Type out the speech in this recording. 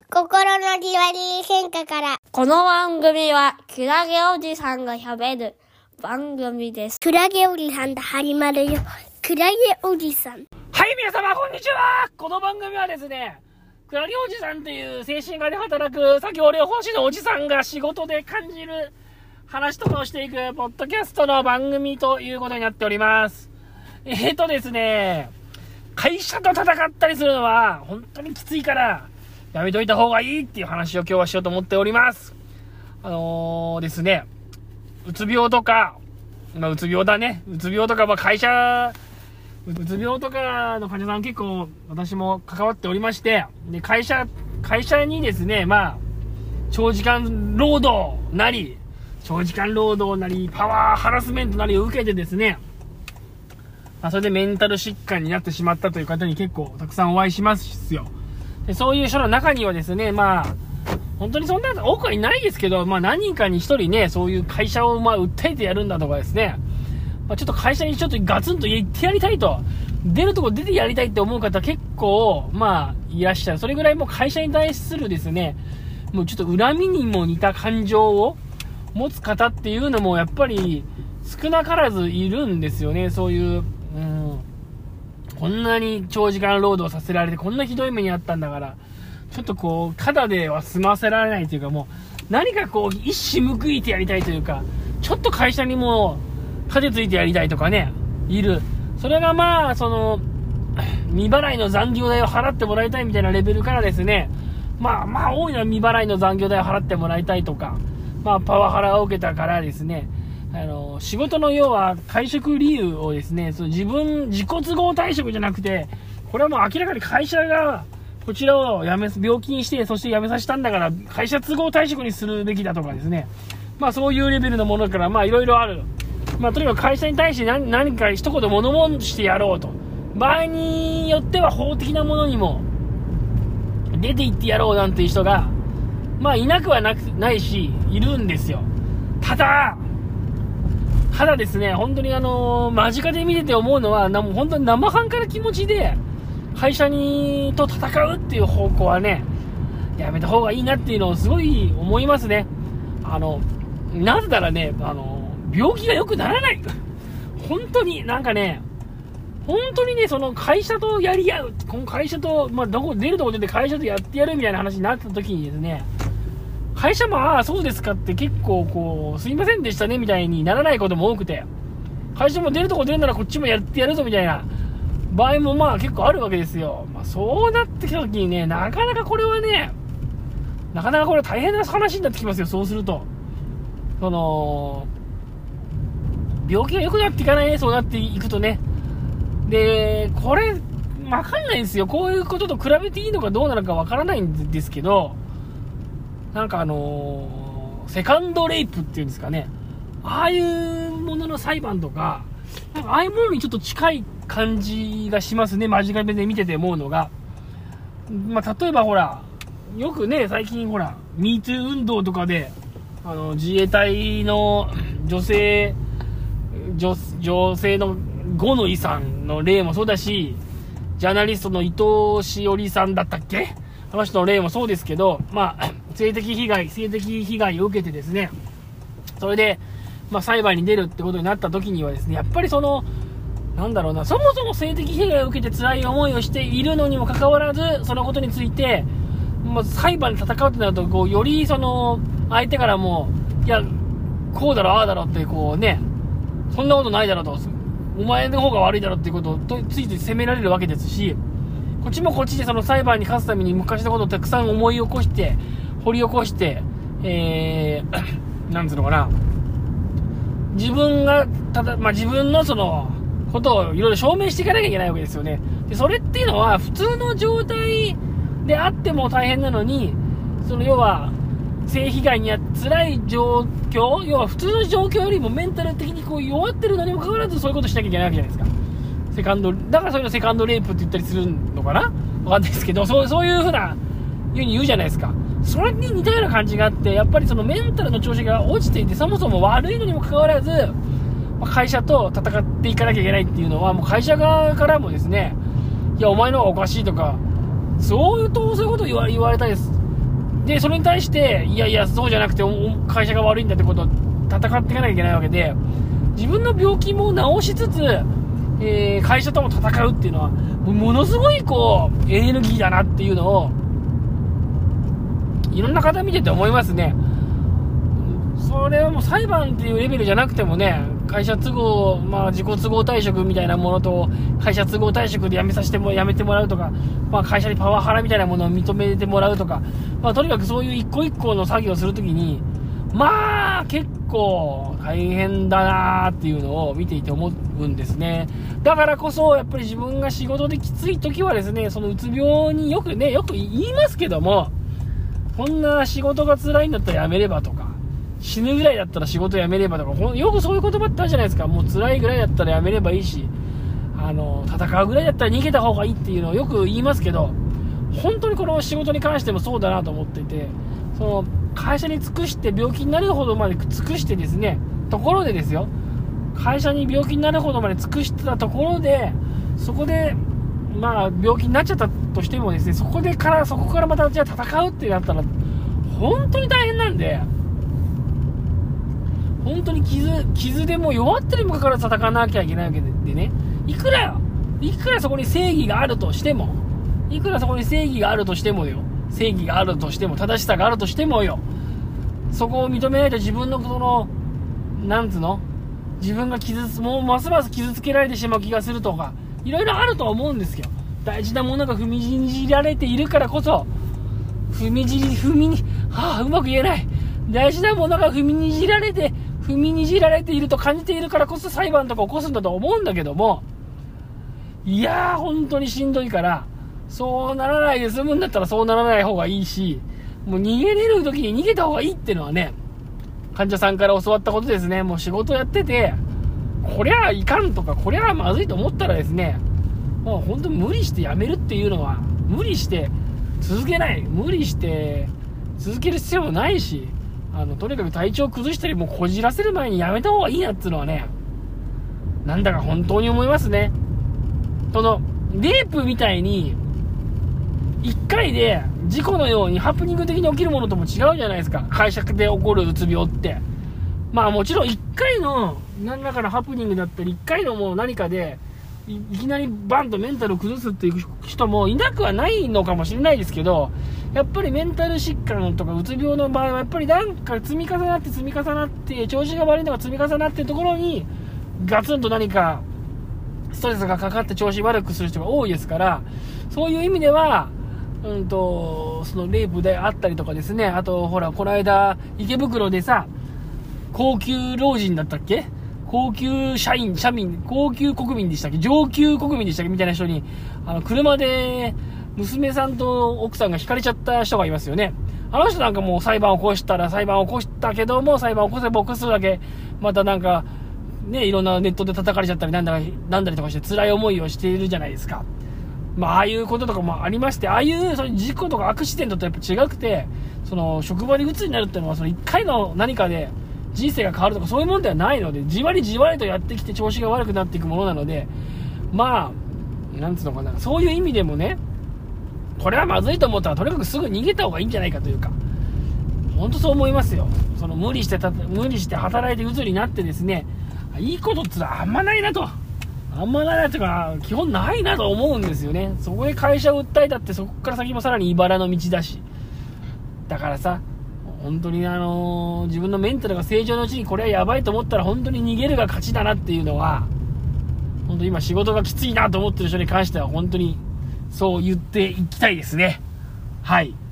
心のじわり喧嘩から。 この番組はクラゲおじさんが喋る番組です。 クラゲおじさんと始まるよ。クラゲおじさん。 はい、皆様こんにちは。この番組はですね、クラゲおじさんという精神科で働く作業療法士のおじさんが仕事で感じる話とかをしていくポッドキャストの番組ということになっております。ですね、会社と戦ったりするのは本当にきついからやめといた方がいいっていう話を今日はしようと思っております。ですね、うつ病とか、うつ病だね。うつ病とか、会社、うつ病とかの患者さん結構私も関わっておりまして、で会社にですね、長時間労働なり、パワーハラスメントなりを受けてですね、それでメンタル疾患になってしまったという方に結構たくさんお会いしますよ。でそういう人の中にはですね、本当にそんな多くはいないですけど、何人かに一人ね、そういう会社を訴えてやるんだとかですね、ちょっと会社にちょっとガツンと言ってやりたいと、出るとこ出てやりたいって思う方結構、いらっしゃる。それぐらいもう会社に対するですね、もうちょっと恨みにも似た感情を持つ方っていうのもやっぱり少なからずいるんですよね。そういう、こんなに長時間労働させられてこんなひどい目にあったんだから、ちょっとただでは済ませられないというか、もう何か一矢報いてやりたいというか、ちょっと会社にも盾ついてやりたいとかね、いる。それが未払いの残業代を払ってもらいたいみたいなレベルからですね、多いのは未払いの残業代を払ってもらいたいとか、パワハラを受けたからですね、仕事の要は退職理由をですね、自己都合退職じゃなくて、これはもう明らかに会社がこちらを病気にして、そして辞めさせたんだから会社都合退職にするべきだとかですね、そういうレベルのものからいろいろある。とにかく会社に対して何か一言物申してやろうと、場合によっては法的なものにも出て行ってやろうなんていう人がいなくはないし、いるんですよ。ただですね、本当に間近で見てて思うのは、本当に生半可な気持ちで会社と戦うっていう方向はね、やめた方がいいなっていうのをすごい思いますね。なぜならね、病気が良くならない。本当にその会社とやり合う、この会社と、出るとこ出て会社とやってやるみたいな話になった時にですね、会社もそうですかって結構すいませんでしたねみたいにならないことも多くて、会社も出るとこ出るならこっちもやってやるぞみたいな場合も結構あるわけですよ。そうなってきた時にね、なかなかこれは大変な話になってきますよ。そうすると病気が良くなっていかないね、そうなっていくとね。でこれ分かんないんですよ。こういうことと比べていいのかどうなのか分からないんですけど、セカンドレイプっていうんですかね、ああいうものの裁判とか、ああいうものにちょっと近い感じがしますね。間近で見てて思うのが、例えばよくね、最近MeToo 運動とかで自衛隊の女性の五ノ井さんの例もそうだし、ジャーナリストの伊藤詩織さんだったっけ、あの人の例もそうですけど、性的被害を受けてですね、それで、裁判に出るってことになった時にはですね、やっぱりそもそも性的被害を受けて辛い思いをしているのにもかかわらず、そのことについて、裁判で戦うってなると、より相手からも、いや、こうだろ、ああだろって、そんなことないだろと、お前の方が悪いだろっていうこととついて責められるわけですし、こっちもこっちでその裁判に勝つために昔のことをたくさん思い起こして、掘り起こして、自分が自分のそのことをいろいろ証明していかなきゃいけないわけですよね。でそれっていうのは普通の状態であっても大変なのに、要は性被害に辛い状況、要は普通の状況よりもメンタル的に弱ってるのにもかかわらずそういうことしなきゃいけないわけじゃないですか。だからそういうのセカンドレイプって言ったりするのかな、わかんないですけど、そういう風に言うじゃないですか。それに似たような感じがあって、やっぱりそのメンタルの調子が落ちていて、そもそも悪いのにもかかわらず会社と戦っていかなきゃいけないっていうのは、もう会社側からもですね、いやお前の方がおかしいとか、そういうことを言われたりで、それに対して、いやいや、そうじゃなくて、会社が悪いんだってことを戦っていかなきゃいけないわけで、自分の病気も治しつつ、会社とも戦うっていうのは、ものすごいエネルギーだなっていうのを、いろんな方見てて思いますね。それはもう裁判っていうレベルじゃなくてもね、会社都合、自己都合退職みたいなものと、会社都合退職で辞めてもらうとか、会社にパワハラみたいなものを認めてもらうとか、とにかくそういう一個一個の作業をするときに、結構大変だなーっていうのを見ていて思うんですね。だからこそ、やっぱり自分が仕事できついときはですね、そのうつ病によく言いますけども、こんな仕事が辛いんだったら辞めればとか、死ぬぐらいだったら仕事辞めればとか、よくそういう言葉ってあるじゃないですか。もう辛いぐらいだったら辞めればいいし、戦うぐらいだったら逃げた方がいいっていうのをよく言いますけど、本当にこの仕事に関してもそうだなと思っていて、その会社に尽くして病気になるほどまで尽くしてですね、ところでですよ、会社に病気になるほどまで尽くしてたところで、そこで病気になっちゃったとしてもですね、そこからまたじゃあ戦うってなったら本当に大変なんで、本当に傷でも弱ってるにもかかわらず戦わなきゃいけないわけでね、いくらそこに正義があるとしても、正義があるとしても、正しさがあるとしてもよ、そこを認めないと自分の自分がもうますます傷つけられてしまう気がするとか、いろいろあるとは思うんですよ。大事なものが踏みにじられているからこそ、うまく言えない。大事なものが踏みにじられていると感じているからこそ裁判とか起こすんだと思うんだけども、いやー本当にしんどいから、そうならないで済むんだったらそうならない方がいいし、もう逃げれる時に逃げた方がいいっていうのはね、患者さんから教わったことですね。もう仕事やってて、こりゃいかんとか、こりゃまずいと思ったらですね、もう本当に無理してやめるっていうのは、無理して続ける必要もないし、とにかく体調崩したりもうこじらせる前にやめた方がいいなっていうのはね、なんだか本当に思いますね。レイプみたいに1回で事故のようにハプニング的に起きるものとも違うじゃないですか。会社で起こるうつ病って、もちろん1回の何らかのハプニングだったり、1回のもう何かで いきなりバンとメンタルを崩すっていう人もいなくはないのかもしれないですけど、やっぱりメンタル疾患とかうつ病の場合はやっぱりなんか積み重なって調子が悪いのが積み重なってるところにガツンと何かストレスがかかって調子悪くする人が多いですから、そういう意味ではそのレイプであったりとかですね、あとこの間池袋でさ、高級老人だったっけ、高級高級国民でしたっけ、上級国民でしたっけみたいな人に車で娘さんと奥さんが引かれちゃった人がいますよね。あの人なんかもう裁判を起こしたけども、裁判を起こせば起こすだけまたなんかね、いろんなネットで叩かれちゃったりなんだりとかして辛い思いをしているじゃないですか。ああいうこととかもありまして、ああいうそういう事故とかアクシデントとやっぱ違くて、職場で鬱になるっていうのは1回の何かで人生が変わるとかそういうもんではないので、じわりとやってきて調子が悪くなっていくものなので、なんつうのかな、そういう意味でもね、これはまずいと思ったらとにかくすぐ逃げた方がいいんじゃないかというか、本当そう思いますよ。無理して働いて鬱になってですね、いいことってのはあんまないなというか、基本ないなと思うんですよね。そこで会社を訴えたって、そこから先もさらに茨の道だし、だからさ、本当に自分のメンタルが正常のうちにこれはやばいと思ったら本当に逃げるが勝ちだなっていうのは、本当に今仕事がきついなと思ってる人に関しては本当にそう言っていきたいですね。はい。